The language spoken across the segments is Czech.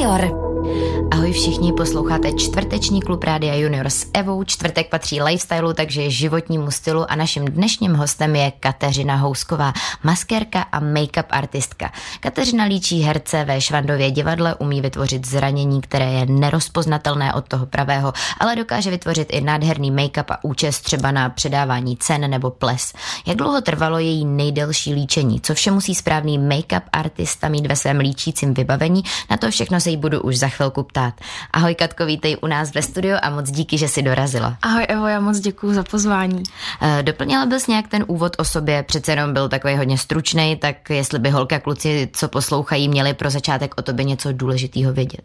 Junior. Ahoj všichni, posloucháte čtvrteční klub Rádia Junior s Evou. Čtvrtek patří lifestylu, takže životnímu stylu a naším dnešním hostem je Kateřina Housková, maskérka a make-up artistka. Kateřina líčí herce ve Švandově divadle, umí vytvořit zranění, které je nerozpoznatelné od toho pravého, ale dokáže vytvořit i nádherný make-up a účes třeba na předávání cen nebo ples. Jak dlouho trvalo její nejdelší líčení? Co vše musí správný make-up artista mít ve svém líčícím vybavení? Na to všechno se jí budu už za chvilku ptát. Ahoj Katko, vítej u nás ve studiu a moc díky, že jsi dorazila. Ahoj Evo, já moc děkuju za pozvání. Doplnila bys nějak ten úvod o sobě, přece jenom byl takový hodně stručnej, tak jestli by holka, kluci, co poslouchají, měli pro začátek o tobě něco důležitého vědět.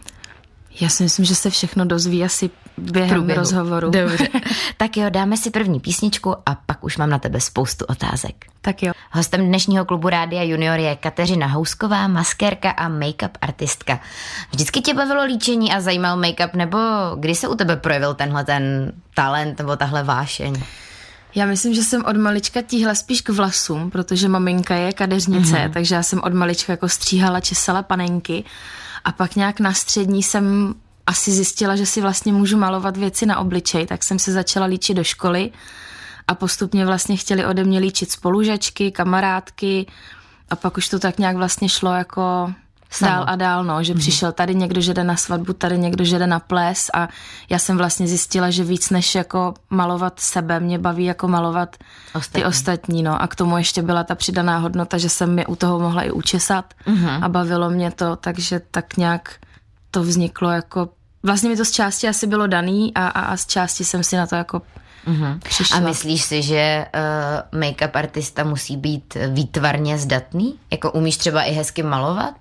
Já si myslím, že se všechno dozví asi během rozhovoru. Dobře. Tak jo, dáme si první písničku a pak už mám na tebe spoustu otázek. Tak jo. Hostem dnešního klubu Rádia Junior je Kateřina Housková, maskérka a make-up artistka. Vždycky tě bavilo líčení a zajímal make-up, nebo kdy se u tebe projevil tenhle ten talent nebo tahle vášeň? Já myslím, že jsem od malička tíhla spíš k vlasům, protože maminka je kadeřnice, takže já jsem od malička jako stříhala, česala panenky a pak nějak na střední jsem asi zjistila, že si vlastně můžu malovat věci na obličej, tak jsem se začala líčit do školy a postupně vlastně chtěli ode mě líčit spolužačky, kamarádky a pak už to tak nějak vlastně šlo jako dál a dál, no, že přišel tady někdo, že jde na svatbu, tady někdo, že jde na ples a já jsem vlastně zjistila, že víc než jako malovat sebe, mě baví jako malovat ty ostatní, no, a k tomu ještě byla ta přidaná hodnota, že jsem mě u toho mohla i učesat a bavilo mě to, takže tak nějak to vzniklo jako, vlastně mi to z části asi bylo daný a z části jsem si na to jako přišla. A myslíš si, že make-up artista musí být výtvarně zdatný? Jako umíš třeba i hezky malovat?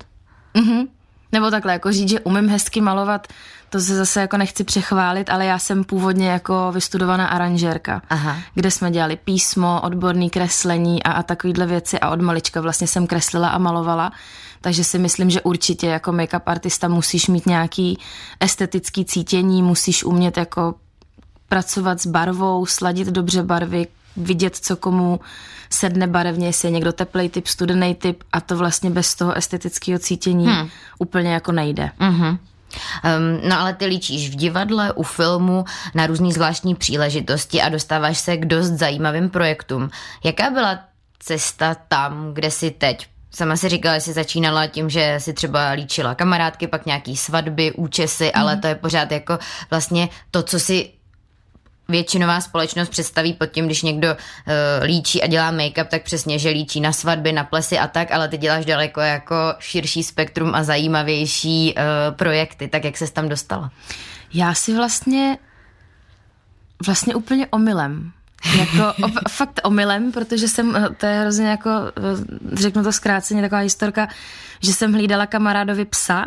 Nebo takhle, jako říct, že umím hezky malovat, to se zase jako nechci přechválit, ale já jsem původně jako vystudovaná aranžérka, kde jsme dělali písmo, odborný kreslení a takovýhle věci a od malička vlastně jsem kreslila a malovala, takže si myslím, že určitě jako make-up artista musíš mít nějaký estetický cítění, musíš umět jako pracovat s barvou, sladit dobře barvy, vidět, co komu sedne barevně, jestli je někdo teplej typ, studený typ a to vlastně bez toho estetického cítění úplně jako nejde. No ale ty líčíš v divadle, u filmu, na různý zvláštní příležitosti a dostáváš se k dost zajímavým projektům. Jaká byla cesta tam, kde jsi teď? Sama si říkala, že jsi začínala tím, že si třeba líčila kamarádky, pak nějaký svatby, účesy, ale to je pořád jako vlastně to, co si většinová společnost představí pod tím, když někdo líčí a dělá make-up, tak přesně, že líčí na svatby, na plesy a tak, ale ty děláš daleko jako širší spektrum a zajímavější projekty. Tak jak ses tam dostala? Já si vlastně úplně omylem. Jako fakt omylem, protože to je hrozně jako, řeknu to zkráceně, taková historka, že jsem hlídala kamarádovi psa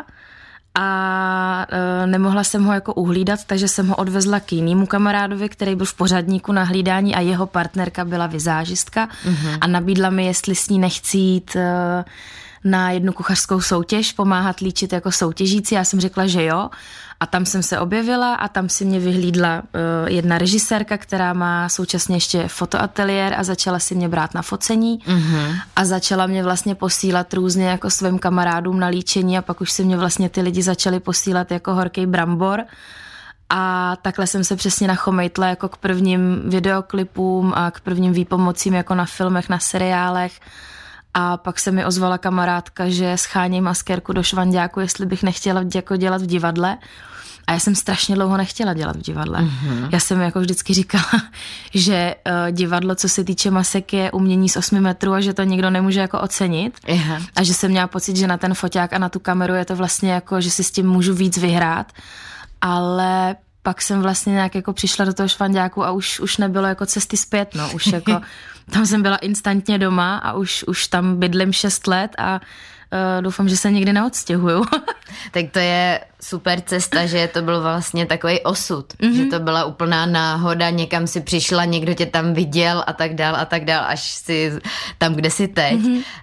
a nemohla jsem ho jako uhlídat, takže jsem ho odvezla k jinému kamarádovi, který byl v pořadníku na hlídání a jeho partnerka byla vizážistka a nabídla mi, jestli s ní nechci jít na jednu kuchařskou soutěž, pomáhat líčit jako soutěžící. Já jsem řekla, že jo. A tam jsem se objevila a tam si mě vyhlídla jedna režisérka, která má současně ještě fotoateliér a začala si mě brát na focení a začala mě vlastně posílat různě jako svým kamarádům na líčení a pak už si mě vlastně ty lidi začali posílat jako horký brambor a takhle jsem se přesně nachomejtla jako k prvním videoklipům a k prvním výpomocím jako na filmech, na seriálech. A pak se mi ozvala kamarádka, že scháněj maskérku do Švanďáku, jestli bych nechtěla jako dělat v divadle. A já jsem strašně dlouho nechtěla dělat v divadle. Já jsem jako vždycky říkala, že divadlo, co se týče masek, je umění z 8 metrů a že to nikdo nemůže jako ocenit. A že jsem měla pocit, že na ten foťák a na tu kameru je to vlastně jako, že si s tím můžu víc vyhrát. Ale pak jsem vlastně nějak jako přišla do toho Švanďáku a už nebylo jako cesty zpět, no. Už jako tam jsem byla instantně doma a už tam bydlím 6 let a doufám, že se nikdy neodstěhuju. Tak to je super cesta, že to byl vlastně takový osud, že to byla úplná náhoda, někam si přišla, někdo tě tam viděl a tak dál, až si tam, kde jsi teď.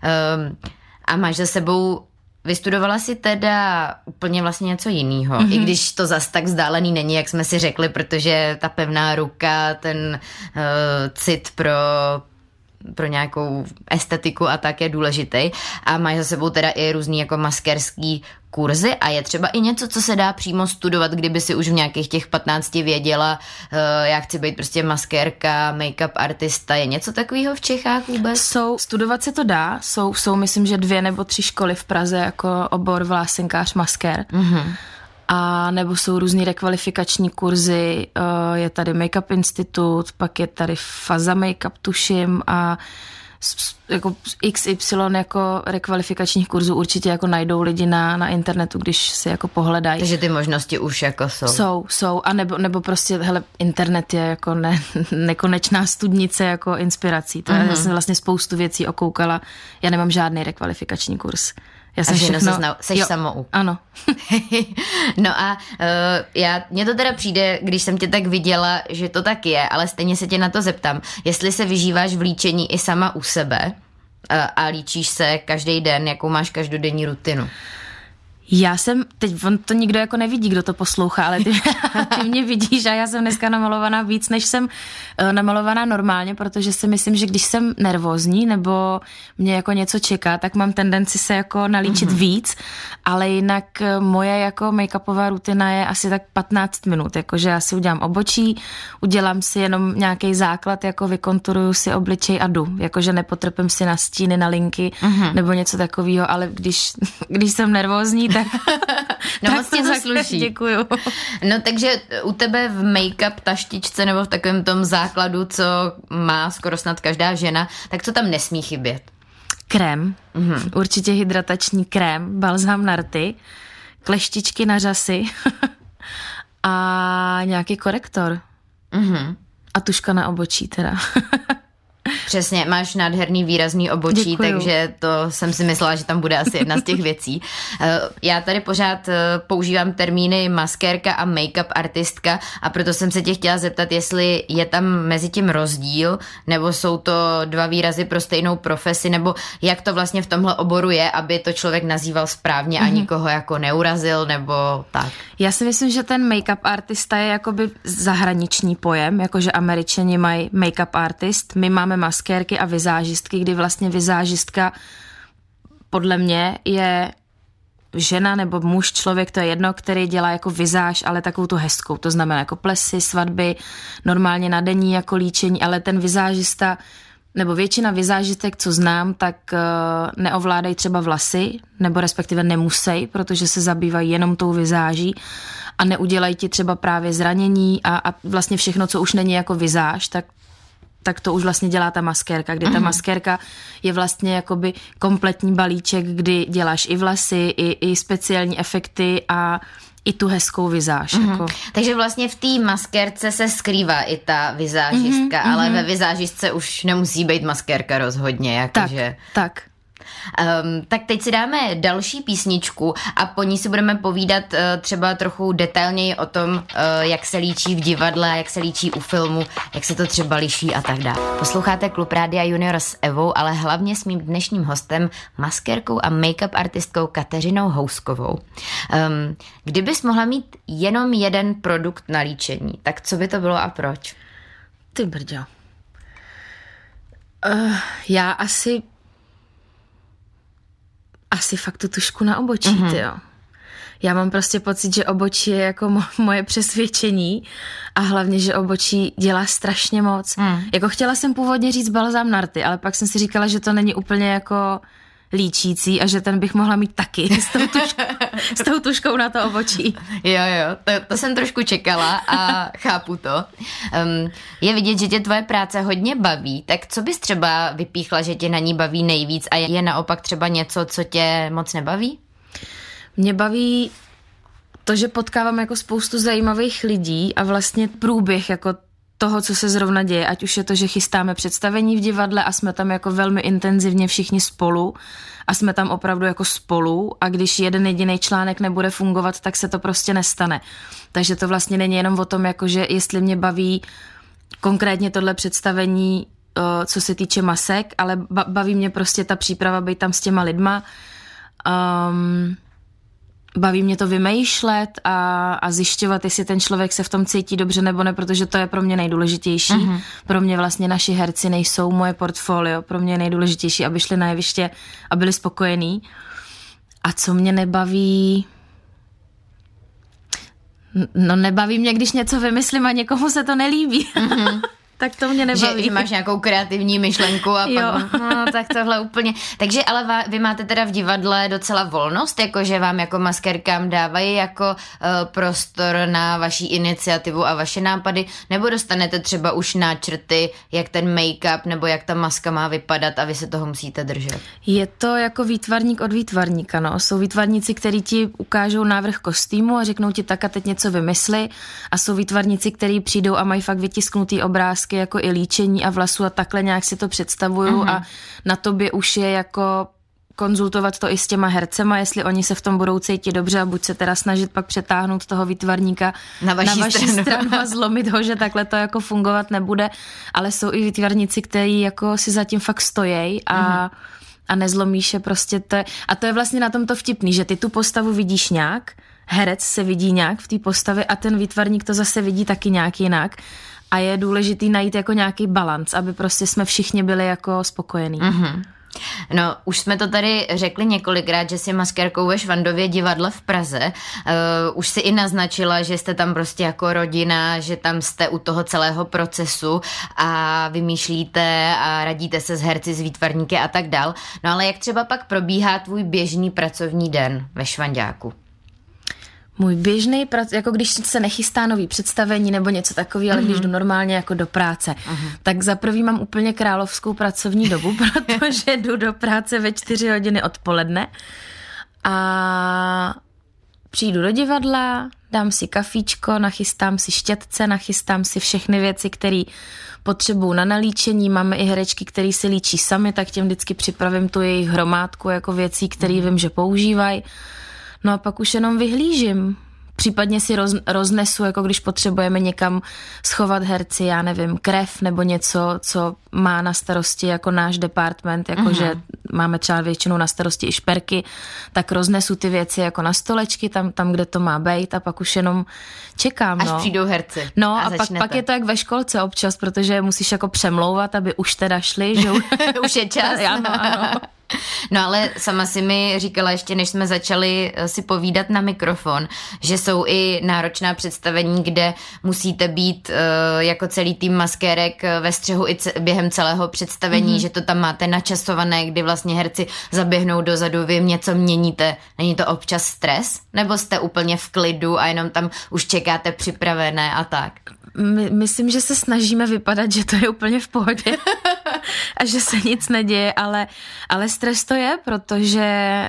A máš za sebou, vystudovala si teda úplně vlastně něco jiného, i když to zas tak vzdálený není, jak jsme si řekli, protože ta pevná ruka, ten cit pro pro nějakou estetiku a tak je důležitý. A máš za sebou teda i různý jako maskérský kurzy a je třeba i něco, co se dá přímo studovat, kdyby si už v nějakých těch 15 věděla, já chci být prostě maskérka, make-up artista. Je něco takového v Čechách vůbec? Studovat se to dá. Jsou myslím, že 2 nebo 3 školy v Praze jako obor vlásenkář maskér. Mm-hmm. A nebo jsou různý rekvalifikační kurzy, je tady Make-up Institut, pak je tady Faza Make-up, tuším, a jako XY jako rekvalifikačních kurzů určitě jako najdou lidi na internetu, když si jako pohledají. Takže ty možnosti už jako jsou. Jsou. A nebo prostě, hele, internet je jako nekonečná studnice jako inspirací. To já jsem vlastně spoustu věcí okoukala. Já nemám žádný rekvalifikační kurz. Já jsem seš samouk. Ano. No a mně to teda přijde, když jsem tě tak viděla, že to tak je, ale stejně se tě na to zeptám, jestli se vyžíváš v líčení i sama u sebe a líčíš se každý den, jakou máš každodenní rutinu. Já jsem, teď on to nikdo jako nevidí, kdo to poslouchá, ale ty mě vidíš a já jsem dneska namalovaná víc, než jsem namalovaná normálně, protože si myslím, že když jsem nervózní nebo mě jako něco čeká, tak mám tendenci se jako nalíčit víc, ale jinak moje jako make-upová rutina je asi tak 15 minut, jakože já si udělám obočí, udělám si jenom nějaký základ, jako vykonturuju si obličej a jdu, jakože nepotrpím si na stíny, na linky nebo něco takového, ale když jsem nervózní, tak no moc tě zasluší. Děkuju. No takže u tebe v make-up taštičce nebo v takovém tom základu, co má skoro snad každá žena, tak co tam nesmí chybět? Krém. Určitě hydratační krém, balzám na rty, kleštičky na řasy a nějaký korektor. A tuška na obočí teda. Přesně, máš nádherný výrazný obočí, Děkuju. Takže to jsem si myslela, že tam bude asi jedna z těch věcí. Já tady pořád používám termíny maskérka a make-up artistka a proto jsem se tě chtěla zeptat, jestli je tam mezi tím rozdíl, nebo jsou to 2 výrazy pro stejnou profesi, nebo jak to vlastně v tomhle oboru je, aby to člověk nazýval správně a nikoho jako neurazil, nebo tak. Já si myslím, že ten make-up artista je jakoby zahraniční pojem, jakože Američani mají make-up artist, my máme maskérky a vizážistky, kdy vlastně vizážistka podle mě je žena nebo muž, člověk, to je jedno, který dělá jako vizáž, ale takovou tu hezkou, to znamená jako plesy, svatby, normálně na denní jako líčení, ale ten vizážista nebo většina vizážistek, co znám, tak neovládají třeba vlasy, nebo respektive nemusí, protože se zabývají jenom tou vizáží a neudělají ti třeba právě zranění a vlastně všechno, co už není jako vizáž, tak to už vlastně dělá ta maskérka, kdy ta maskérka je vlastně jakoby kompletní balíček, kdy děláš i vlasy, i speciální efekty a i tu hezkou vizáž. Jako. Takže vlastně v té maskérce se skrývá i ta vizážistka, ale ve vizážistce už nemusí být maskérka rozhodně. Jakože... Tak. Tak teď si dáme další písničku a po ní si budeme povídat třeba trochu detailněji o tom, jak se líčí v divadle, jak se líčí u filmu, jak se to třeba liší a tak dále. Posloucháte Klub Rádia Junior s Evou, ale hlavně s mým dnešním hostem, maskérkou a make-up artistkou Kateřinou Houskovou. Kdybys mohla mít jenom jeden produkt na líčení, tak co by to bylo a proč? Ty brďo. Já asi fakt tu tušku na obočí, tyjo. Já mám prostě pocit, že obočí je jako moje přesvědčení a hlavně, že obočí dělá strašně moc. Jako chtěla jsem původně říct balzám na rty, ale pak jsem si říkala, že to není úplně jako líčící a že ten bych mohla mít taky s tou tuškou na to obočí. Jo, to jsem trošku čekala a chápu to. Je vidět, že tě tvoje práce hodně baví, tak co bys třeba vypíchla, že tě na ní baví nejvíc a je naopak třeba něco, co tě moc nebaví? Mě baví to, že potkávám jako spoustu zajímavých lidí a vlastně průběh jako toho, co se zrovna děje, ať už je to, že chystáme představení v divadle a jsme tam jako velmi intenzivně všichni spolu a jsme tam opravdu jako spolu a když jeden jediný článek nebude fungovat, tak se to prostě nestane. Takže to vlastně není jenom o tom, jako že jestli mě baví konkrétně tohle představení, co se týče masek, ale baví mě prostě ta příprava být tam s těma lidma. baví mě to vymýšlet a zjišťovat, jestli ten člověk se v tom cítí dobře nebo ne, protože to je pro mě nejdůležitější. Pro mě vlastně naši herci nejsou moje portfolio, pro mě je nejdůležitější, aby šli na jeviště a byli spokojení. A co mě nebaví... No nebaví mě, když něco vymyslím a někomu se to nelíbí. Tak to mě nebaví. Že máš nějakou kreativní myšlenku a pak, no tak tohle úplně. Takže ale vy máte teda v divadle docela volnost, jakože vám jako maskérkám dávají jako prostor na vaší iniciativu a vaše nápady, nebo dostanete třeba už náčrty, jak ten make-up nebo jak ta maska má vypadat a vy se toho musíte držet? Je to jako výtvarník od výtvarníka, no. Jsou výtvarníci, kteří ti ukážou návrh kostýmu a řeknou ti tak a teď něco vymysli, a jsou výtvarníci, kteří přijdou a mají fakt vytisknutý obrázky jako i líčení a vlasů a takhle nějak si to představuju a na tobě už je jako konzultovat to i s těma hercema, jestli oni se v tom budou cítit dobře a buď se teda snažit pak přetáhnout toho výtvarníka na vaši stranu a zlomit ho, že takhle to jako fungovat nebude, ale jsou i výtvarníci, kteří jako si zatím fakt stojí a nezlomíš je prostě a to je vlastně na tom to vtipný, že ty tu postavu vidíš nějak, herec se vidí nějak v té postavě a ten výtvarník to zase vidí taky nějak jinak. A je důležitý najít jako nějaký balanc, aby prostě jsme všichni byli jako spokojení. No, už jsme to tady řekli několikrát, že jsi maskérkou ve Švandově divadle v Praze. Už si i naznačila, že jste tam prostě jako rodina, že tam jste u toho celého procesu a vymýšlíte a radíte se s herci, s výtvarníky a tak dál. No ale jak třeba pak probíhá tvůj běžný pracovní den ve Švandáku? Můj běžný, jako když se nechystá nový představení nebo něco takového, ale když jdu normálně jako do práce, tak za prvý mám úplně královskou pracovní dobu, protože jdu do práce ve 4 hodiny odpoledne a přijdu do divadla, dám si kafíčko, nachystám si štětce, nachystám si všechny věci, které potřebuju na nalíčení. Máme i herečky, které si líčí sami, tak těm vždycky připravím tu jejich hromádku jako věcí, které vím, že používají. No a pak už jenom vyhlížím. Případně si roznesu, jako když potřebujeme někam schovat herci, já nevím, krev nebo něco, co má na starosti jako náš department, jakože máme třeba většinou na starosti i šperky, tak roznesu ty věci jako na stolečky, tam kde to má být a pak už jenom čekám. Až přijdou herci. No a pak je to jak ve školce občas, protože musíš jako přemlouvat, aby už teda šli, že už je čas. Ano. No ale sama si mi říkala ještě, než jsme začali si povídat na mikrofon, že jsou i náročná představení, kde musíte být jako celý tým maskérek ve střehu i během celého představení, že to tam máte načasované, kdy vlastně herci zaběhnou dozadu, vy něco měníte. Není to občas stres? Nebo jste úplně v klidu a jenom tam už čekáte připravené a tak? Myslím, že se snažíme vypadat, že to je úplně v pohodě a že se nic neděje, ale stres to je, protože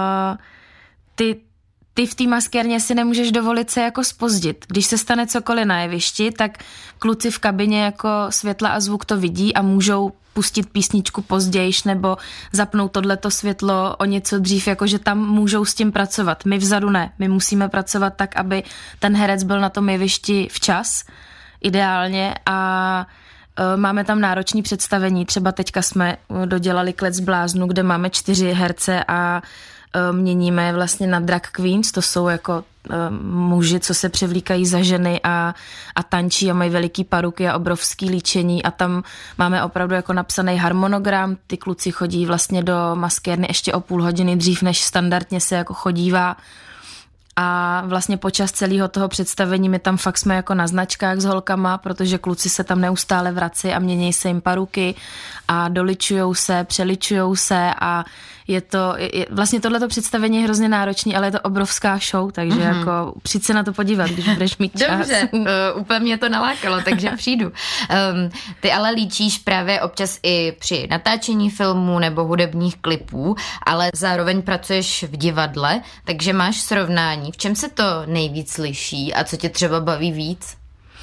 ty v té maskérně si nemůžeš dovolit se jako zpozdit. Když se stane cokoliv na jevišti, tak kluci v kabině jako světla a zvuk to vidí a můžou pustit písničku pozdějiš nebo zapnout tohleto světlo o něco dřív, jakože tam můžou s tím pracovat. My vzadu ne. My musíme pracovat tak, aby ten herec byl na tom jevišti včas, ideálně, a máme tam náročné představení. Třeba teďka jsme dodělali Klec bláznu, kde máme 4 herce a měníme vlastně na drag queens, to jsou jako muži, co se převlíkají za ženy a tančí a mají veliký paruky a obrovský líčení a tam máme opravdu jako napsaný harmonogram, ty kluci chodí vlastně do maskérny ještě o půl hodiny dřív, než standardně se jako chodívá. A vlastně počas celého toho představení my tam fakt jsme jako na značkách s holkama, protože kluci se tam neustále vrací a mění se jim paruky a doličujou se, přeličujou se a vlastně tohleto představení je hrozně náročný, ale je to obrovská show, takže jako přijď se na to podívat, když budeš mít čas. Dobře, úplně mě to nalákalo, takže přijdu. Ty ale líčíš právě občas i při natáčení filmů nebo hudebních klipů, ale zároveň pracuješ v divadle, takže máš srovnání. V čem se to nejvíc liší a co tě třeba baví víc?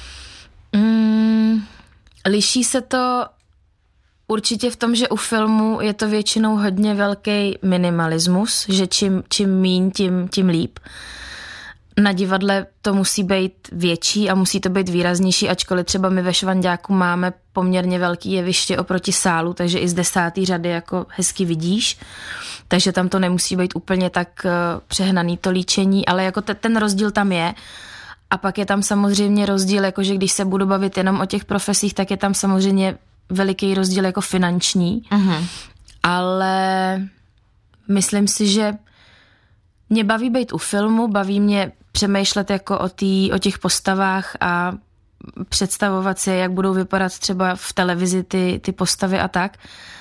Liší se to určitě v tom, že u filmu je to většinou hodně velký minimalismus, že čím míň, tím líp. na divadle to musí být větší a musí to být výraznější, ačkoliv třeba my ve Švanďáku máme poměrně velký jeviště oproti sálu, takže i z 10. řady jako hezky vidíš, takže tam to nemusí být úplně tak přehnaný to líčení, ale jako ten rozdíl tam je. A pak je tam samozřejmě rozdíl, jakože když se budu bavit jenom o těch profesích, tak je tam samozřejmě veliký rozdíl jako finanční, ale myslím si, že mě baví být u filmu, baví mě přemýšlet jako o těch postavách a představovat si, jak budou vypadat třeba v televizi ty postavy a tak,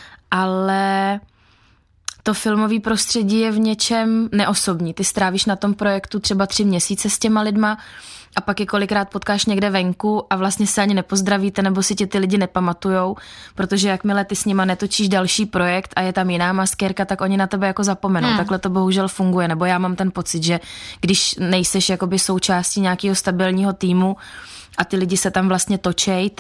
ale to filmové prostředí je v něčem neosobní. Ty strávíš na tom projektu třeba 3 měsíce s těma lidma a pak je kolikrát potkáš někde venku a vlastně se ani nepozdravíte nebo si tě ty lidi nepamatujou, protože jakmile ty s nima netočíš další projekt a je tam jiná maskérka, tak oni na tebe jako zapomenou. Takhle to bohužel funguje, nebo já mám ten pocit, že když nejseš jakoby součástí nějakého stabilního týmu a ty lidi se tam vlastně točej,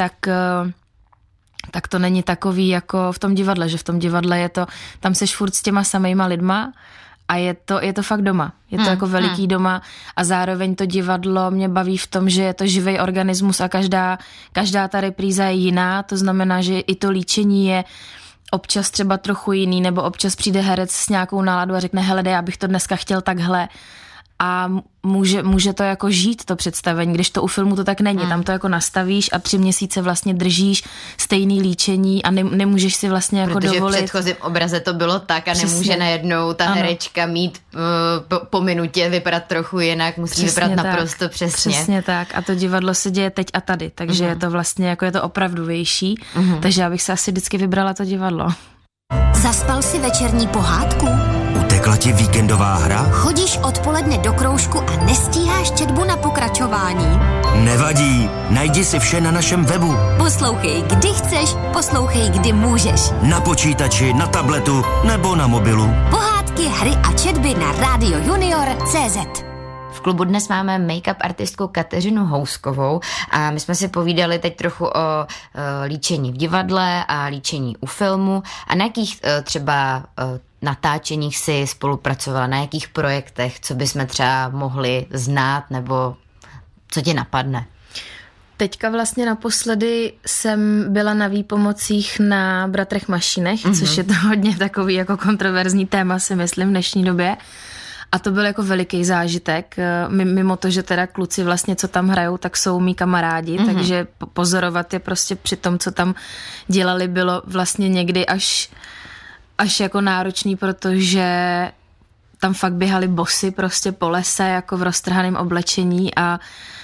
tak to není takový jako v tom divadle, že v tom divadle je to, tam seš furt s těma samejma lidma a je to fakt doma. Je to jako veliký doma a zároveň to divadlo mě baví v tom, že je to živý organismus a každá ta repríza je jiná, to znamená, že i to líčení je občas třeba trochu jiný, nebo občas přijde herec s nějakou náladou a řekne, hele, já bych to dneska chtěl takhle. A může to jako žít to představení, když to u filmu to tak není. Tam to jako nastavíš a 3 měsíce vlastně držíš stejný líčení a nemůžeš si vlastně jako protože dovolit. Protože v předchozím obraze to bylo tak a přesně. Nemůže najednou ta herečka mít po minutě vypadat trochu jinak, musí přesně vypadat tak. Naprosto přesně. Přesně tak a to divadlo se děje teď a tady, takže je to vlastně jako je to opravdovější, takže já bych se asi vždycky vybrala to divadlo. Zaspal si večerní pohádku? Utekla ti víkendová hra? Chodíš odpoledne do kroužku a nestíháš četbu na pokračování? Nevadí, najdi si vše na našem webu. Poslouchej, kdy chceš, poslouchej, kdy můžeš. Na počítači, na tabletu nebo na mobilu. Pohádky, hry a četby na Radio Junior.cz. V klubu dnes máme make-up artistku Kateřinu Houskovou a my jsme si povídali teď trochu o líčení v divadle a líčení u filmu a na jakých třeba natáčeních si spolupracovala, na jakých projektech, co bychom třeba mohli znát nebo co ti napadne? Teďka vlastně naposledy jsem byla na výpomocích na Bratrech Mašínech, což je to hodně takový jako kontroverzní téma, si myslím, v dnešní době. A to byl jako veliký zážitek, mimo to, že teda kluci vlastně, co tam hrajou, tak jsou mý kamarádi, takže pozorovat je prostě při tom, co tam dělali, bylo vlastně někdy až jako náročný, protože tam fakt běhali bosy prostě po lese, jako v roztrhaném oblečení a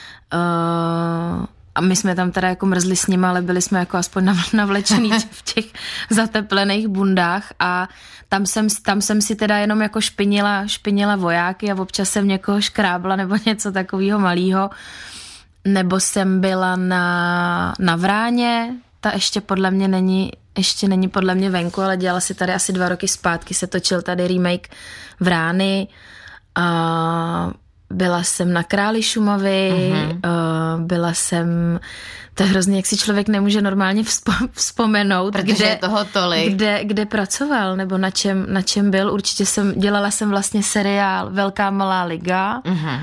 my jsme tam teda jako mrzli s nimi, ale byli jsme jako aspoň navlečený v těch zateplených bundách a tam jsem si teda jenom jako špinila vojáky a občas jsem někoho škrábla nebo něco takového malýho. Nebo jsem byla na Vráně, ta ještě podle mě není podle mě venku, ale dělala si tady asi 2 roky zpátky, se točil tady remake Vrány a byla jsem na Králi Šumavy, byla jsem, to je hrozně, jak si člověk nemůže normálně vzpomenout, protože je toho tolik. Kde pracoval, nebo na čem byl. Určitě dělala jsem vlastně seriál Velká malá liga.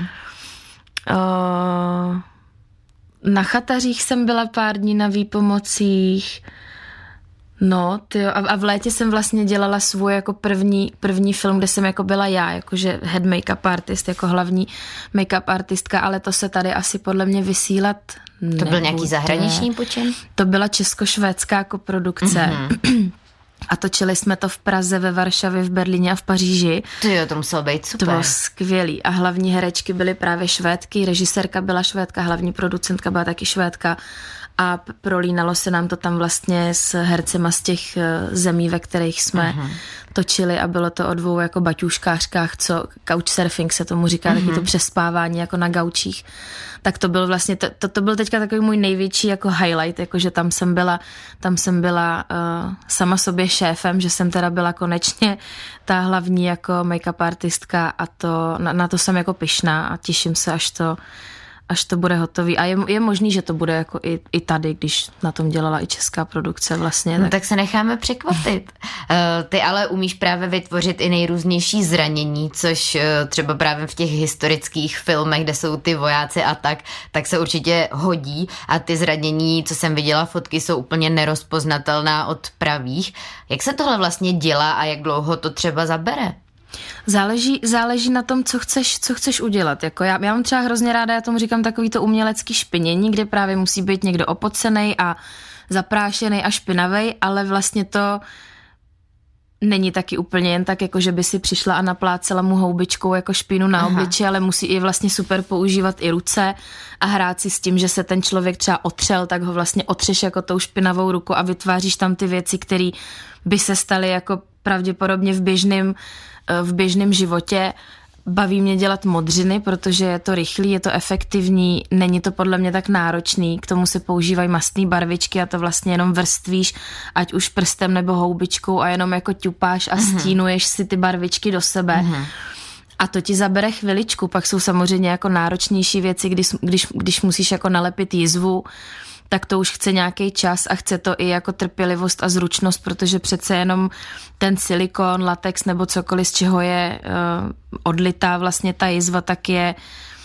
Na Chatařích jsem byla pár dní na výpomocích. No, tyjo, a v létě jsem vlastně dělala svůj jako první film, kde jsem jako byla já, jakože head make-up artist, jako hlavní make-up artistka, ale to se tady asi podle mě vysílat nebude. To byl nějaký zahraniční počin? To byla česko-švédská koprodukce. A točili jsme to v Praze, ve Varšavě, v Berlíně a v Paříži. Tyjo, to muselo být super. To bylo skvělý. A hlavní herečky byly právě Švédky, režisérka byla Švédka, hlavní producentka byla taky Švédka. A prolínalo se nám to tam vlastně s hercema z těch zemí, ve kterých jsme točili a bylo to o 2 jako baťůškářkách, co couchsurfing se tomu říká, taky to přespávání jako na gaučích. Tak to byl vlastně, to byl teďka takový můj největší jako highlight, jakože tam jsem byla sama sobě šéfem, že jsem teda byla konečně ta hlavní jako make-up artistka a na to jsem jako pyšná a těším se, až to bude hotový. A je možný, že to bude jako i tady, když na tom dělala i česká produkce vlastně. No tak se necháme překvapit. Ty ale umíš právě vytvořit i nejrůznější zranění, což třeba právě v těch historických filmech, kde jsou ty vojáci a tak se určitě hodí a ty zranění, co jsem viděla, fotky jsou úplně nerozpoznatelná od pravých. Jak se tohle vlastně dělá a jak dlouho to třeba zabere? Záleží na tom, co chceš udělat. Jako já mám třeba hrozně ráda, já tomu říkám takový to umělecký špinění, kde právě musí být někdo opocenej a zaprášenej a špinavej, ale vlastně to není taky úplně jen tak, jako že by si přišla a naplácela mu houbičkou jako špínu na obliči, ale musí i vlastně super používat i ruce a hrát si s tím, že se ten člověk třeba otřel, tak ho vlastně otřeš jako tou špinavou ruku a vytváříš tam ty věci, které by se staly jako pravděpodobně v běžném životě. Baví mě dělat modřiny, protože je to rychlý, je to efektivní, není to podle mě tak náročný, k tomu se používají mastné barvičky a to vlastně jenom vrstvíš, ať už prstem nebo houbičkou a jenom jako ťupáš a stínuješ si ty barvičky do sebe. A to ti zabere chviličku, pak jsou samozřejmě jako náročnější věci, když musíš jako nalepit jizvu, tak to už chce nějaký čas a chce to i jako trpělivost a zručnost, protože přece jenom ten silikon, latex nebo cokoliv, z čeho je odlitá vlastně ta jizva, tak je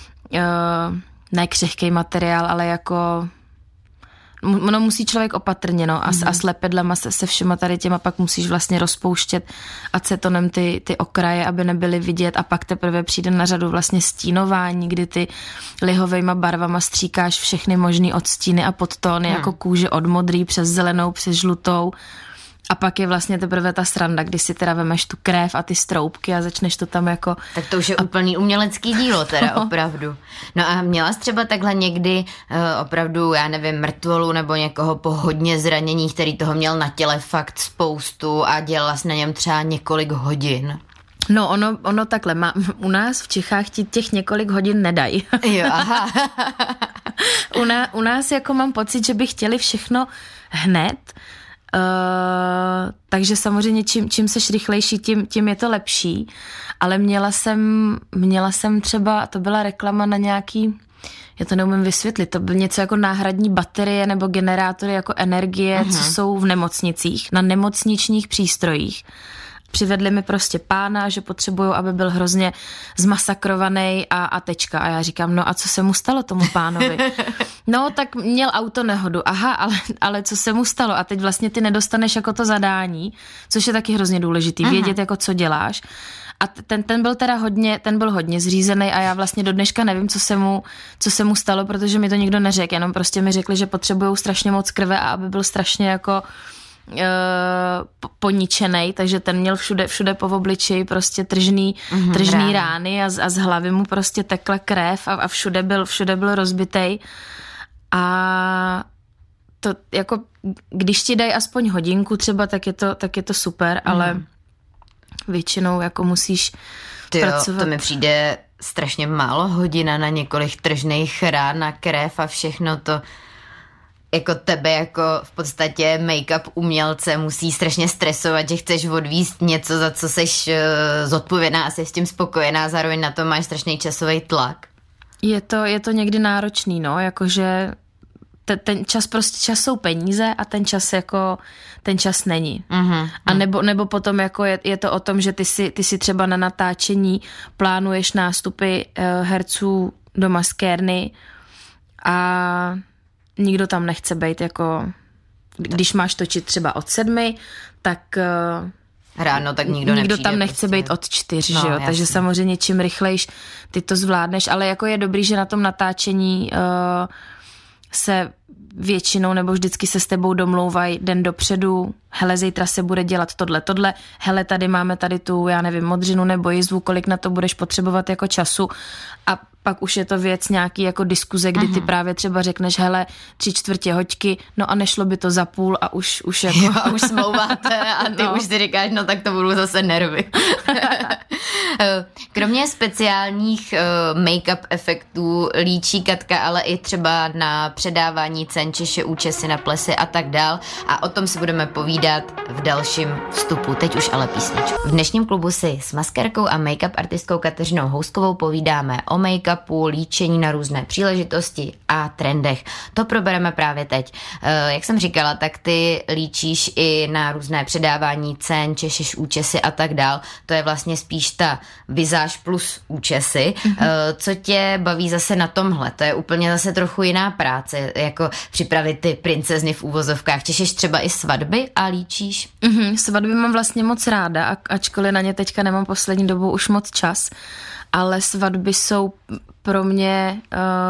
ne křehký materiál, ale jako ono musí člověk opatrně, no, a s lepidlema se všema tady těma pak musíš vlastně rozpouštět acetonem ty okraje, aby nebyly vidět a pak teprve přijde na řadu vlastně stínování, kdy ty lihovejma barvama stříkáš všechny možný odstíny a podtóny, jako kůže od modrý přes zelenou, přes žlutou. A pak je vlastně teprve ta sranda, kdy si teda vemeš tu krev a ty stroupky a začneš to tam jako... Tak to už je úplný umělecký dílo teda, opravdu. No a měla jsi třeba takhle někdy opravdu, já nevím, mrtvolu nebo někoho po hodně zranění, který toho měl na těle fakt spoustu a dělala jsi na něm třeba několik hodin? No ono takhle, u nás v Čechách ti těch několik hodin nedají. Jo, aha. U nás jako mám pocit, že by chtěli všechno hned. Takže samozřejmě čím seš rychlejší, tím je to lepší, ale měla jsem třeba, to byla reklama na nějaký, já to neumím vysvětlit, to byl něco jako náhradní baterie nebo generátory jako energie, co jsou v nemocnicích, na nemocničních přístrojích. Přivedli mi prostě pána, že potřebuju, aby byl hrozně zmasakrovaný a tečka. A já říkám, no a co se mu stalo tomu pánovi? No tak měl autonehodu. Aha, ale co se mu stalo? A teď vlastně ty nedostaneš jako to zadání, což je taky hrozně důležitý, vědět jako co děláš. A ten byl teda hodně zřízený a já vlastně do dneška nevím, co se mu stalo, protože mi to nikdo neřekl, jenom prostě mi řekli, že potřebujou strašně moc krve a aby byl strašně jako poničenej, takže ten měl všude po obličeji prostě tržný rány a z hlavy mu prostě tekla krev a všude byl rozbitej. A to jako, když ti dají aspoň hodinku třeba, tak je to super, ale většinou jako musíš pracovat. To mi přijde strašně málo, hodina na několik tržných rán, na krev a všechno to. Jako tebe, jako v podstatě make-up umělce musí strašně stresovat, že chceš odvíst něco, za co seš zodpovědná a jsi s tím spokojená, zároveň na to máš strašný časový tlak. Je to někdy náročný, no, jakože ten čas jsou peníze a ten čas není. A nebo potom jako je to o tom, že ty si třeba na natáčení plánuješ nástupy herců do maskérny a nikdo tam nechce být jako, když máš točit třeba od 7, tak ráno, tak nikdo tam nechce prostě být od 4, no, že jo? Jasný. Takže samozřejmě čím rychlejš ty to zvládneš, ale jako je dobrý, že na tom natáčení se většinou nebo vždycky se s tebou domlouvají den dopředu, hele, zítra se bude dělat tohle, hele, tady máme tu, já nevím, modřinu nebo jizvu, kolik na to budeš potřebovat jako času a pak už je to věc nějaký jako diskuze, kdy ty právě třeba řekneš, hele, 3/4 hoďky, no a nešlo by to za půl a už jako... Jo, a už smlouváte a ty už si říkáš, no tak to budou zase nervy. Kromě speciálních make-up efektů líčí Katka ale i třeba na předávání cen, Češe účesy na plesy a tak dál a o tom si budeme povídat v dalším vstupu. Teď už ale písničku. V dnešním klubu si s maskérkou a make-up artistkou Kateřinou Houskovou povídáme o make-up make-upu, líčení na různé příležitosti a trendech. To probereme právě teď. Jak jsem říkala, tak ty líčíš i na různé předávání cen, češeš účesy a tak dál. To je vlastně spíš ta vizáž plus účesy. Co tě baví zase na tomhle? To je úplně zase trochu jiná práce, jako připravit ty princezny v úvozovkách. Češeš třeba i svatby a líčíš? Svatby mám vlastně moc ráda, ačkoliv na ně teďka nemám poslední dobou už moc čas, ale svatby jsou pro mě,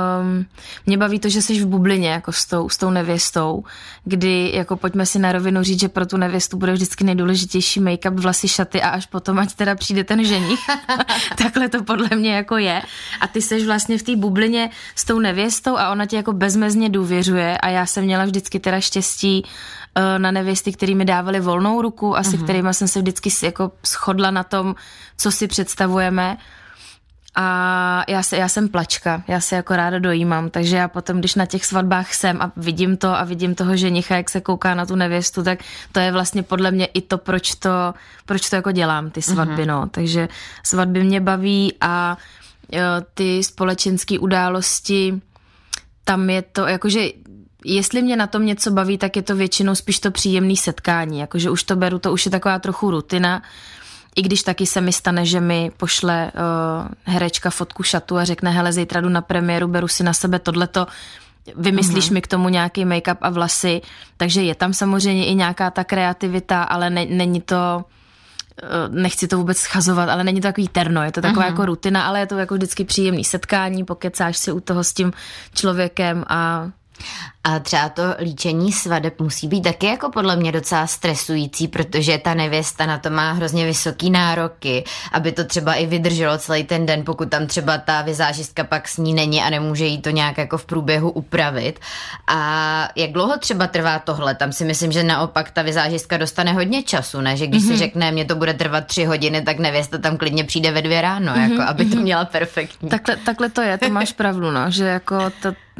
mě baví to, že jsi v bublině jako s tou nevěstou, kdy jako pojďme si na rovinu říct, že pro tu nevěstu bude vždycky nejdůležitější make-up, vlasy, šaty a až potom, ať teda přijde ten ženich. Takhle to podle mě jako je. A ty seš vlastně v té bublině s tou nevěstou a ona ti jako bezmezně důvěřuje a já jsem měla vždycky teda štěstí na nevěsty, který mi dávali volnou ruku a se kterýma jsem se vždycky jako shodla na tom, co si představujeme. A já jsem plačka, já se jako ráda dojímám, takže já potom, když na těch svatbách jsem a vidím to a vidím toho ženicha, jak se kouká na tu nevěstu, tak to je vlastně podle mě i to, proč to jako dělám, ty svatby, no. Takže svatby mě baví a ty společenské události, tam je to, jakože jestli mě na tom něco baví, tak je to většinou spíš to příjemné setkání, jakože už to beru, to už je taková trochu rutina. I když taky se mi stane, že mi pošle herečka fotku šatu a řekne, hele, zítra jdu na premiéru, beru si na sebe tohleto, vymyslíš mi k tomu nějaký make-up a vlasy, takže je tam samozřejmě i nějaká ta kreativita, ale není to, nechci to vůbec schazovat, ale není to takový terno, je to taková jako rutina, ale je to jako vždycky příjemný setkání, pokecáš si u toho s tím člověkem A třeba to líčení svadeb musí být taky jako podle mě docela stresující, protože ta nevěsta na to má hrozně vysoký nároky, aby to třeba i vydrželo celý ten den, pokud tam třeba ta vizážistka pak s ní není a nemůže jí to nějak jako v průběhu upravit. A jak dlouho třeba trvá tohle? Tam si myslím, že naopak ta vizážistka dostane hodně času, ne? Že když si řekne, mě to bude trvat 3 hodiny, tak nevěsta tam klidně přijde ve 2 ráno, jako aby to měla perfektní. Takhle to je, to máš pravdu, no, že jako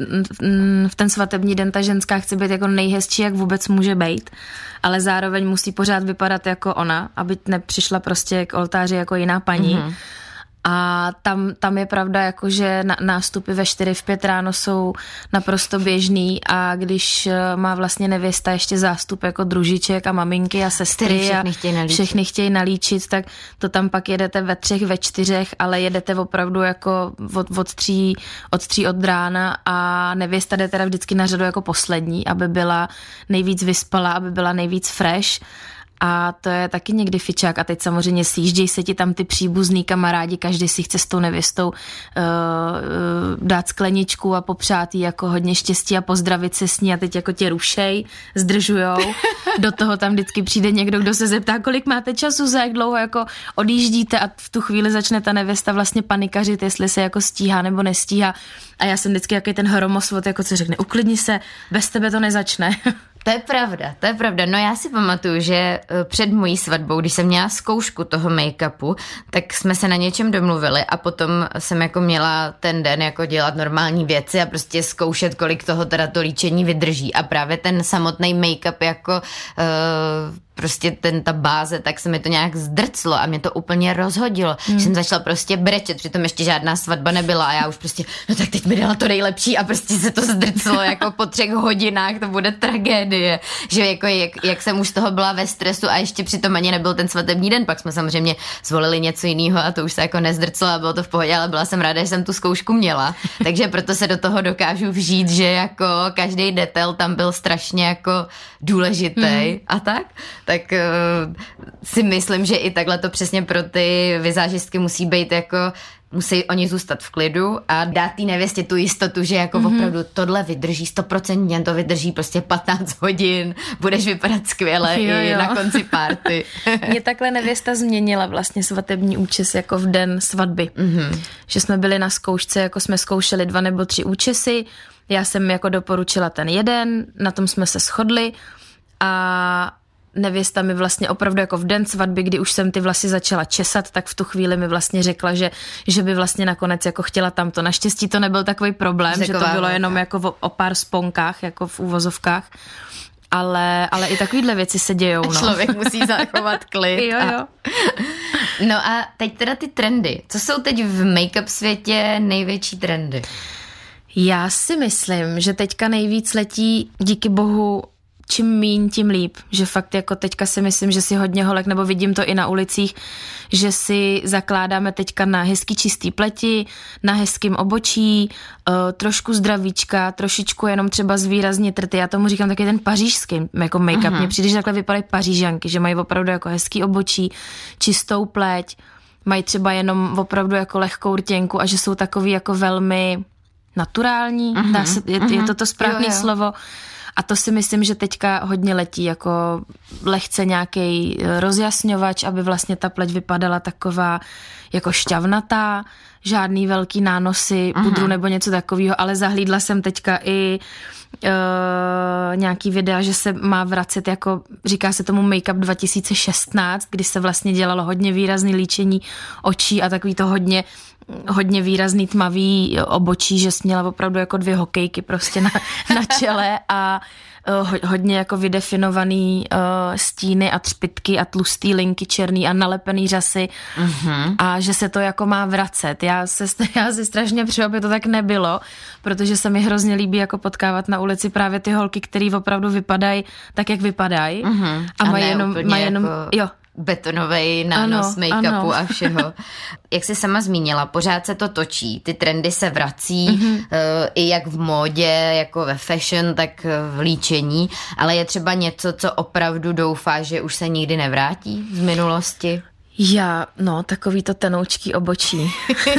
v ten svatební den ta ženská chce být jako nejhezčí, jak vůbec může být, ale zároveň musí pořád vypadat jako ona, aby nepřišla prostě k oltáři jako jiná paní. A tam je pravda, jako že nástupy ve 4, v 5 ráno jsou naprosto běžný a když má vlastně nevěsta ještě zástup jako družiček a maminky a sestry a všechny chtějí nalíčit, tak to tam pak jedete ve 3, ve 4, ale jedete opravdu jako od 3 od rána a nevěsta jde teda vždycky na řadu jako poslední, aby byla nejvíc vyspalá, aby byla nejvíc fresh. A to je taky někdy fičák a teď samozřejmě sjíždějí se ti tam ty příbuzný kamarádi, každý si chce s tou nevěstou dát skleničku a popřát jí jako hodně štěstí a pozdravit se s ní a teď jako tě rušej, zdržujou. Do toho tam vždycky přijde někdo, kdo se zeptá, kolik máte času, za jak dlouho jako odjíždíte a v tu chvíli začne ta nevěsta vlastně panikařit, jestli se jako stíhá nebo nestíhá. A já jsem vždycky jaký ten hromosvod, jako co řekne, uklidni se, bez tebe to nezačne. To je pravda. No já si pamatuju, že před mojí svatbou, když jsem měla zkoušku toho make-upu, tak jsme se na něčem domluvili a potom jsem jako měla ten den jako dělat normální věci a prostě zkoušet, kolik toho teda to líčení vydrží. A právě ten samotný make-up jako prostě ta báze, tak se mi to nějak zdrclo a mě to úplně rozhodilo. Jsem začala prostě brečet, přitom ještě žádná svatba nebyla a já už prostě, no tak teď mi dala to nejlepší a prostě se to zdrclo jako po 3 hodinách, to bude tragédie, že jako jak jsem už z toho byla ve stresu a ještě přitom ani nebyl ten svatební den, pak jsme samozřejmě zvolili něco jiného a to už se jako nezdrclo a bylo to v pohodě, ale byla jsem ráda, že jsem tu zkoušku měla, takže proto se do toho dokážu vžít, že jako každý detail tam byl strašně jako důležitý a tak si myslím, že i takhle to přesně pro ty vizážistky musí být jako, musí oni zůstat v klidu a dát té nevěstě tu jistotu, že jako opravdu tohle vydrží, 100% to vydrží prostě 15 hodin, budeš vypadat skvěle i na konci party. Mě takhle nevěsta změnila vlastně svatební účes jako v den svatby. Že jsme byli na zkoušce, jako jsme zkoušeli 2 nebo 3 účesy, já jsem jako doporučila ten jeden, na tom jsme se shodli a nevěsta mi vlastně opravdu jako v den svatby, kdy už jsem ty vlasy začala česat, tak v tu chvíli mi vlastně řekla, že by vlastně nakonec jako chtěla tamto. Naštěstí to nebyl takový problém, že to bylo jenom jako o pár sponkách, jako v úvozovkách. Ale i takovýhle věci se dějou. A člověk musí zachovat klid. Jo. No a teď teda ty trendy. Co jsou teď v make-up světě největší trendy? Já si myslím, že teďka nejvíc letí, díky bohu, čím míň, tím líp. Že fakt jako teďka si myslím, že si hodně holek, nebo vidím to i na ulicích, že si zakládáme teďka na hezký čistý pleti, na hezkým obočí, trošku zdravíčka, trošičku jenom třeba zvýraznit rty. Já tomu říkám taky ten pařížský jako make-up. Mně přijde, že takhle vypadají Pařížanky, že mají opravdu jako hezký obočí, čistou pleť, mají třeba jenom opravdu jako lehkou rtěnku a že jsou takový jako velmi naturální, je to správné slovo. A to si myslím, že teďka hodně letí, jako lehce nějaký rozjasňovač, aby vlastně ta pleť vypadala taková jako šťavnatá, žádný velký nánosy, pudru nebo něco takového, ale zahlídla jsem teďka i nějaký videa, že se má vracet jako, říká se tomu Make-up 2016, kdy se vlastně dělalo hodně výrazný líčení očí a takový to hodně výrazný tmavý obočí, že jsi měla opravdu jako 2 hokejky prostě na čele a hodně jako vydefinovaný stíny a třpytky a tlustý linky černý a nalepený řasy a že se to jako má vracet. Já si strašně přeju, aby to tak nebylo, protože se mi hrozně líbí jako potkávat na ulici právě ty holky, který opravdu vypadají tak, jak vypadají a mají jenom jo. Betonovej nános make-upu a všeho. Jak jsi sama zmínila, pořád se to točí, ty trendy se vrací, i jak v módě, jako ve fashion, tak v líčení, ale je třeba něco, co opravdu doufáš, že už se nikdy nevrátí z minulosti? Takový to tenoučký obočí.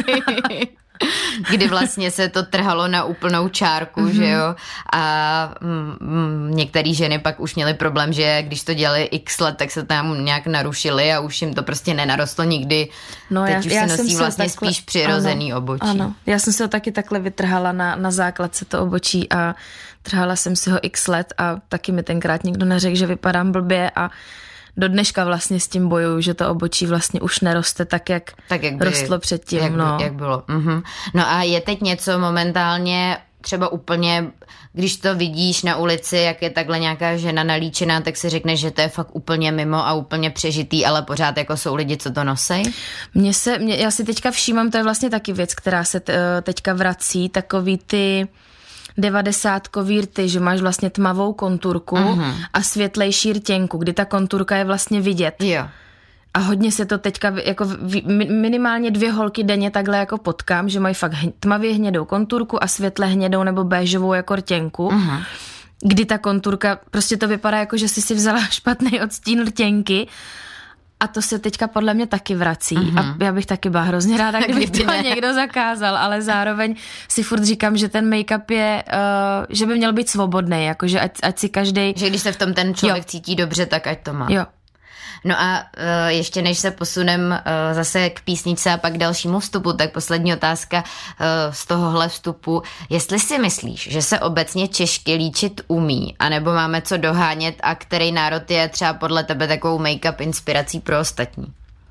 Kdy vlastně se to trhalo na úplnou čárku, že jo? A některé ženy pak už měly problém, že když to dělali x let, tak se tam nějak narušily a už jim to prostě nenarostlo nikdy. No, teď už se nosí vlastně takhle, spíš přirozený obočí. Ano, já jsem si ho taky takhle vytrhala na základce to obočí a trhala jsem si ho x let a taky mi tenkrát nikdo neřekl, že vypadám blbě a do dneška vlastně s tím bojuju, že to obočí vlastně už neroste tak, jak rostlo předtím. Jak bylo. No a je teď něco momentálně třeba úplně, když to vidíš na ulici, jak je takhle nějaká žena nalíčená, tak si řekneš, že to je fakt úplně mimo a úplně přežitý, ale pořád jako jsou lidi, co to nosej? Já si teďka všímám, to je vlastně taky věc, která se teďka vrací, takový ty 90kový rty, že máš vlastně tmavou konturku a světlejší rtěnku, kdy ta konturka je vlastně vidět. Jo. A hodně se to teďka, jako minimálně 2 holky denně takhle jako potkám, že mají fakt tmavě hnědou konturku a světle hnědou nebo béžovou jako rtěnku. Kdy ta konturka, prostě to vypadá jako, že jsi si vzala špatný odstín rtěnky. A to se teďka podle mě taky vrací. A já bych taky byla hrozně ráda, kdyby to někdo zakázal, ale zároveň si furt říkám, že ten make-up je, že by měl být svobodný, jakože ať si každej... Že když se v tom ten člověk cítí dobře, tak ať to má. Jo. No a ještě než se posunem zase k písničce a pak dalšímu vstupu, tak poslední otázka z tohohle vstupu. Jestli si myslíš, že se obecně Češky líčit umí, anebo máme co dohánět a který národ je třeba podle tebe takovou make-up inspirací pro ostatní?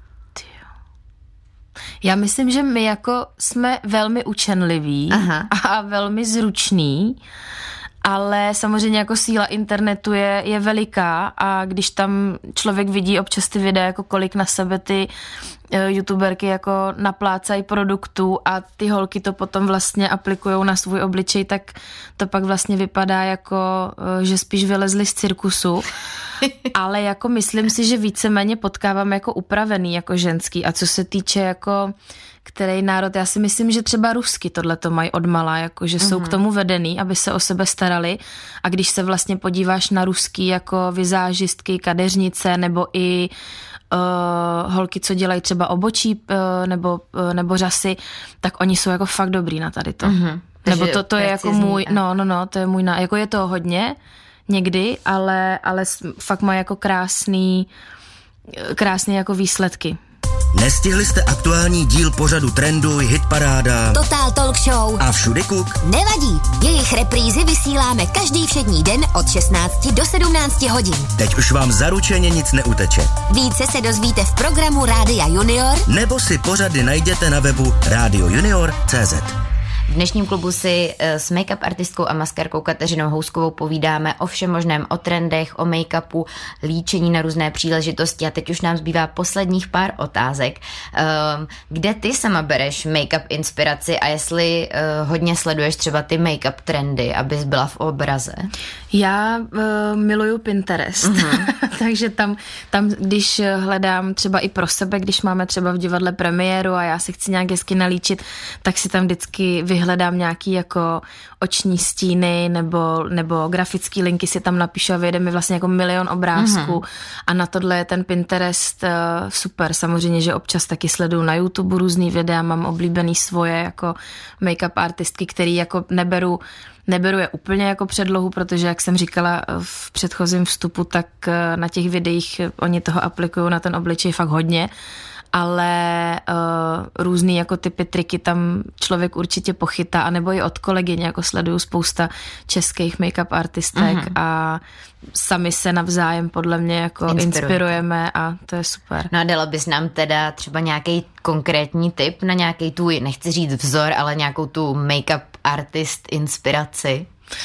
Já myslím, že my jako jsme velmi učenliví a velmi zruční, ale samozřejmě jako síla internetu je veliká a když tam člověk vidí občas ty videa, jako kolik na sebe ty youtuberky jako naplácají produktů a ty holky to potom vlastně aplikujou na svůj obličej, tak to pak vlastně vypadá jako, že spíš vylezli z cirkusu. Ale jako myslím si, že víceméně potkávám jako upravený jako ženský a co se týče jako který národ, já si myslím, že třeba Rusky tohleto mají odmala, jako že jsou k tomu vedený, aby se o sebe starali a když se vlastně podíváš na ruský jako vizážistky, kadeřnice nebo i holky, co dělají třeba obočí nebo řasy, tak oni jsou jako fakt dobrý na tady to. Nebo to je jako můj, to je můj, jako je to hodně někdy, ale fakt má jako krásný jako výsledky. Nestihli jste aktuální díl pořadu Trenduj, Hitparáda, Total Talk Show a Všudykouk? Nevadí, jejich reprízy vysíláme každý všední den od 16 do 17 hodin. Teď už vám zaručeně nic neuteče. Více se dozvíte v programu Rádia Junior nebo si pořady najděte na webu radiojunior.cz. V dnešním klubu si s make-up artistkou a maskérkou Kateřinou Houskovou povídáme o všem možném, o trendech, o make-upu, líčení na různé příležitosti a teď už nám zbývá posledních pár otázek. Kde ty sama bereš make-up inspiraci a jestli hodně sleduješ třeba ty make-up trendy, abys byla v obraze? Já miluju Pinterest, takže tam, když hledám třeba i pro sebe, když máme třeba v divadle premiéru a já si chci nějak hezky nalíčit, tak si tam vždycky vyhledám nějaký jako oční stíny nebo grafický linky si tam napíšu a vyjde mi vlastně jako milion obrázků a na tohle je ten Pinterest super. Samozřejmě, že občas taky sleduju na YouTube různý videa, mám oblíbený svoje jako make-up artistky, který jako neberu je úplně jako předlohu, protože jak jsem říkala v předchozím vstupu, tak na těch videích oni toho aplikují na ten obličej fakt hodně, ale různý jako typy triky tam člověk určitě pochytá, anebo i od kolegyň, jako sleduju spousta českých make-up artistek a sami se navzájem podle mě jako inspirujeme a to je super. No a dala bys nám teda třeba nějaký konkrétní tip na nějaký tvůj, nechci říct vzor, ale nějakou tu make-up artist inspiraci?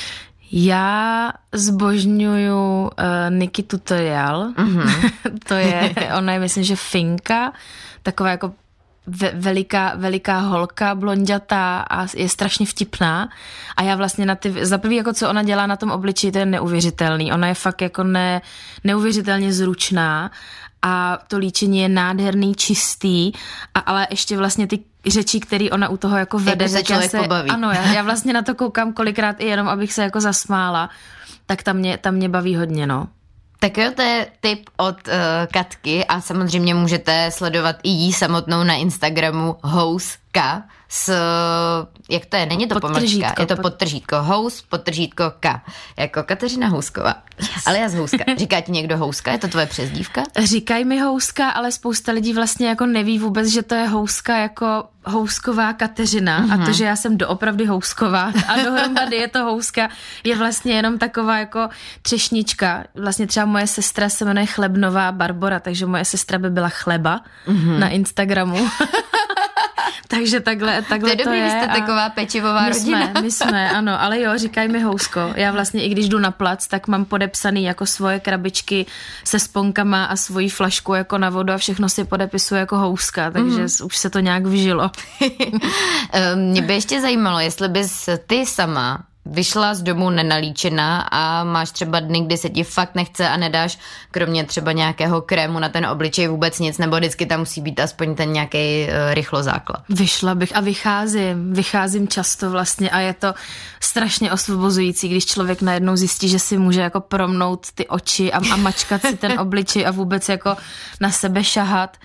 Já zbožňuju Nikki Tutorial. Ona je, myslím, že Finka, taková jako veliká holka, blonďatá a je strašně vtipná a já vlastně za prvý, jako co ona dělá na tom obličeji, to je neuvěřitelný. Ona je fakt jako neuvěřitelně zručná a to líčení je nádherný, čistý, ale ještě vlastně ty řeči, který ona u toho jako vede. Se člověk pobaví. Ano, já vlastně na to koukám kolikrát i jenom, abych se jako zasmála, tak tam mě baví hodně, no. Tak jo, to je tip od Katky a samozřejmě můžete sledovat i jí samotnou na Instagramu Houska jak to je, není to pomlčka, je to podtržítko, Hous, podtržítko K, jako Kateřina Housková. Yes. Ale já z Houska. Říká ti někdo Houska? Je to tvoje přezdívka? Říkají mi Houska, ale spousta lidí vlastně jako neví vůbec, že to je Houska jako Housková Kateřina a to, že já jsem doopravdy Housková a dohromady je to Houska, je vlastně jenom taková jako třešnička. Vlastně třeba moje sestra se jmenuje Chlebnová Barbora, takže moje sestra by byla Chleba na Instagramu. Takže takhle to je dobrý, vy jste taková pečivová rodina. My jsme, ano, ale jo, říkají mi Housko. Já vlastně i když jdu na plac, tak mám podepsaný jako svoje krabičky se sponkama a svoji flašku jako na vodu a všechno si podepisuju jako Houska, takže už se to nějak vžilo. Mě by ještě zajímalo, jestli bys ty sama vyšla z domu nenalíčená a máš třeba dny, kdy se ti fakt nechce a nedáš kromě třeba nějakého krému na ten obličej vůbec nic, nebo vždycky tam musí být aspoň ten nějaký rychlozáklad. Vyšla bych a vycházím často vlastně a je to strašně osvobozující, když člověk najednou zjistí, že si může jako promnout ty oči a mačkat si ten obličej a vůbec jako na sebe šahat.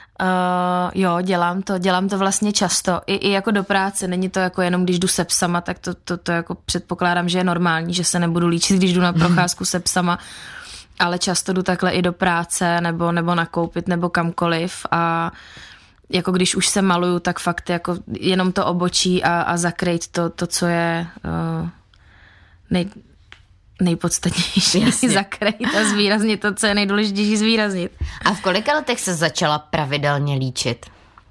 Jo, dělám to vlastně často. I jako do práce, není to jako jenom když jdu se psama, tak to jako předpokládám, že je normální, že se nebudu líčit, když jdu na procházku se psama, ale často jdu takhle i do práce nebo nakoupit nebo kamkoliv a jako když už se maluju, tak fakt jako jenom to obočí a zakrýt to co je nejpodstatnější, zakrýt a zvýraznit to, co je nejdůležitější zvýraznit. A v kolika letech se začala pravidelně líčit?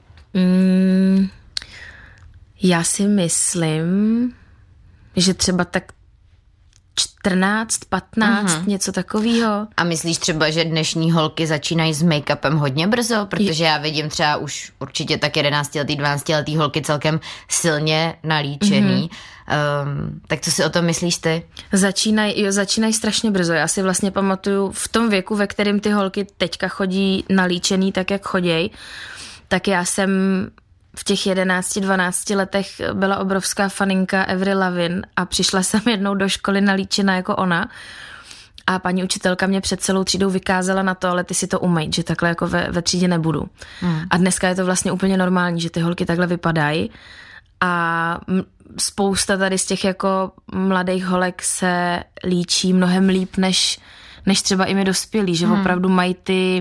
Já si myslím, že třeba tak 14, 15, něco takového. A myslíš třeba, že dnešní holky začínají s make-upem hodně brzo? Protože já vidím třeba už určitě tak 11letý, 12letý holky celkem silně nalíčený. Tak co si o tom myslíš ty? Začínají strašně brzo. Já si vlastně pamatuju v tom věku, ve kterém ty holky teďka chodí nalíčený tak, jak choděj, tak já jsem v těch 11-12 letech byla obrovská faninka Avril Lavigne a přišla jsem jednou do školy nalíčená jako ona a paní učitelka mě před celou třídou vykázala na to, ale ty si to umej, že takhle jako ve třídě nebudu. A dneska je to vlastně úplně normální, že ty holky takhle vypadají a spousta tady z těch jako mladých holek se líčí mnohem líp, než třeba i my dospělí, že opravdu mají ty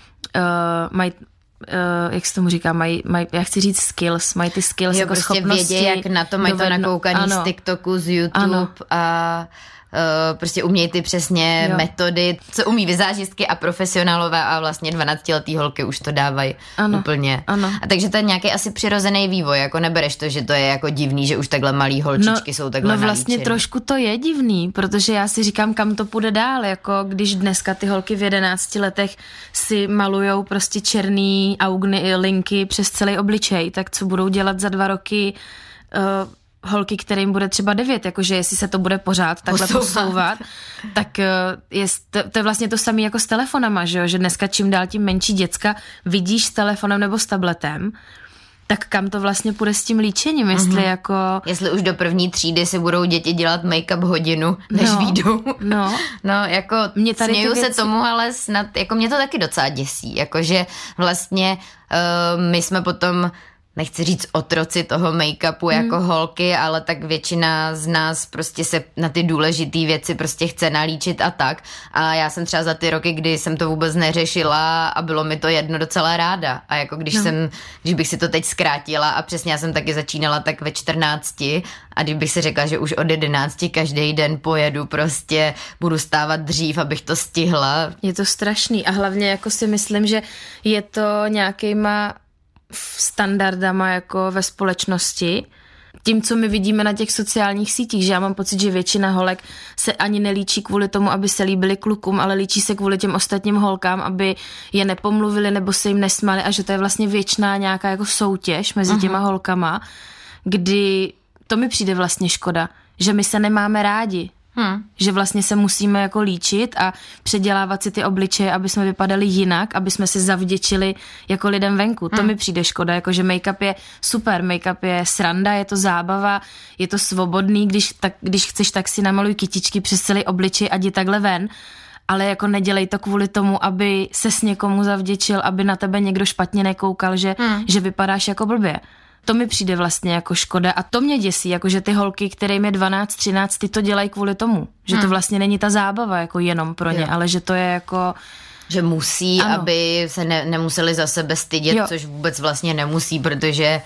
jak se tomu říká, mají, já chci říct skills, mají ty skills, jo, jako prostě schopnosti. Vědí, jak na to mají to nakoukaný z TikToku, z YouTube a prostě umějí ty přesně metody, co umí vizážistky a profesionálové a vlastně 12letý holky už to dávají úplně. Ano. A takže to je nějaký asi přirozený vývoj, jako nebereš to, že to je jako divný, že už takhle malý holčičky jsou takhle No vlastně nalíčený. trošku to je divný, protože já si říkám, kam to půjde dál, jako když dneska ty holky v 11 letech si malujou prostě černý augny, linky přes celý obličej, tak co budou dělat za 2 roky holky, kterým bude třeba 9, jakože jestli se to bude pořád takhle posouvat, tak to je vlastně to samé jako s telefonama, že dneska čím dál tím menší děcka vidíš s telefonem nebo s tabletem, tak kam to vlastně půjde s tím líčením, jestli jako... Jestli už do 1. třídy si budou děti dělat make-up hodinu, než výjdou. No, jako směju se tomu, ale snad, jako mě to taky docela děsí, jakože vlastně my jsme potom... Nechci říct otroci toho make-upu jako holky, ale tak většina z nás prostě se na ty důležitý věci prostě chce nalíčit a tak. A já jsem třeba za ty roky, kdy jsem to vůbec neřešila a bylo mi to jedno docela ráda. A jako když bych si to teď zkrátila a přesně já jsem taky začínala tak ve 14 a když bych si řekla, že už od 11 každý den pojedu, prostě budu stávat dřív, abych to stihla. Je to strašný a hlavně jako si myslím, že je to nějakýma standardama jako ve společnosti. Tím, co my vidíme na těch sociálních sítích, že já mám pocit, že většina holek se ani nelíčí kvůli tomu, aby se líbily klukům, ale líčí se kvůli těm ostatním holkám, aby je nepomluvili nebo se jim nesmali a že to je vlastně věčná nějaká jako soutěž mezi těma holkama, kdy to mi přijde vlastně škoda, že my se nemáme rádi. Že vlastně se musíme jako líčit a předělávat si ty obličeje, aby jsme vypadali jinak, aby jsme si zavděčili jako lidem venku. To mi přijde škoda, jakože make-up je super, make-up je sranda, je to zábava, je to svobodný, když chceš, tak si namaluj kytičky přes celý obličej a jdi takhle ven, ale jako nedělej to kvůli tomu, aby ses někomu zavděčil, aby na tebe někdo špatně nekoukal, že vypadáš jako blbě. To mi přijde vlastně jako škoda a to mě děsí, jakože ty holky, kterým je 12, 13, ty to dělají kvůli tomu. Že to vlastně není ta zábava jako jenom pro ně, ale že to je jako... Že musí, aby se nemuseli za sebe stydět, což vůbec vlastně nemusí, protože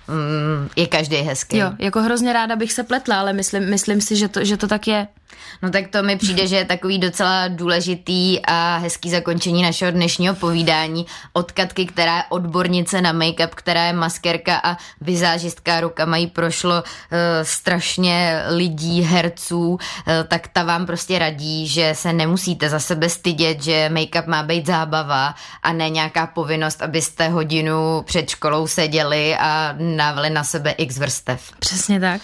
je každý hezký. Jo, jako hrozně ráda bych se pletla, ale myslím si, že to tak je. No tak to mi přijde, že je takový docela důležitý a hezký zakončení našeho dnešního povídání od Katky, která je odbornice na make-up, která je maskérka a vizážistka, rukama jí prošlo strašně lidí, herců, tak ta vám prostě radí, že se nemusíte za sebe stydět, že make-up má být zábava a ne nějaká povinnost, abyste hodinu před školou seděli a návali na sebe x vrstev. Přesně tak.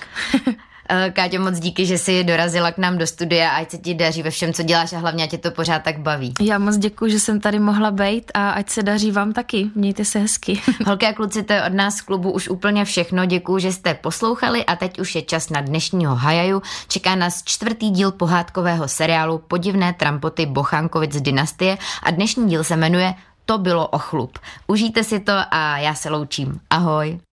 Káťo, moc díky, že jsi dorazila k nám do studia a ať se ti daří ve všem, co děláš a hlavně ať tě to pořád tak baví. Já moc děkuji, že jsem tady mohla být a ať se daří vám taky. Mějte se hezky. Holky a kluci, to je od nás z klubu už úplně všechno. Děkuji, že jste poslouchali a teď už je čas na dnešního hajaju. Čeká nás 4. díl pohádkového seriálu Podivné trampoty Bochánkovic z dynastie a dnešní díl se jmenuje To bylo o chlup. Užijte si to a já se loučím. Ahoj.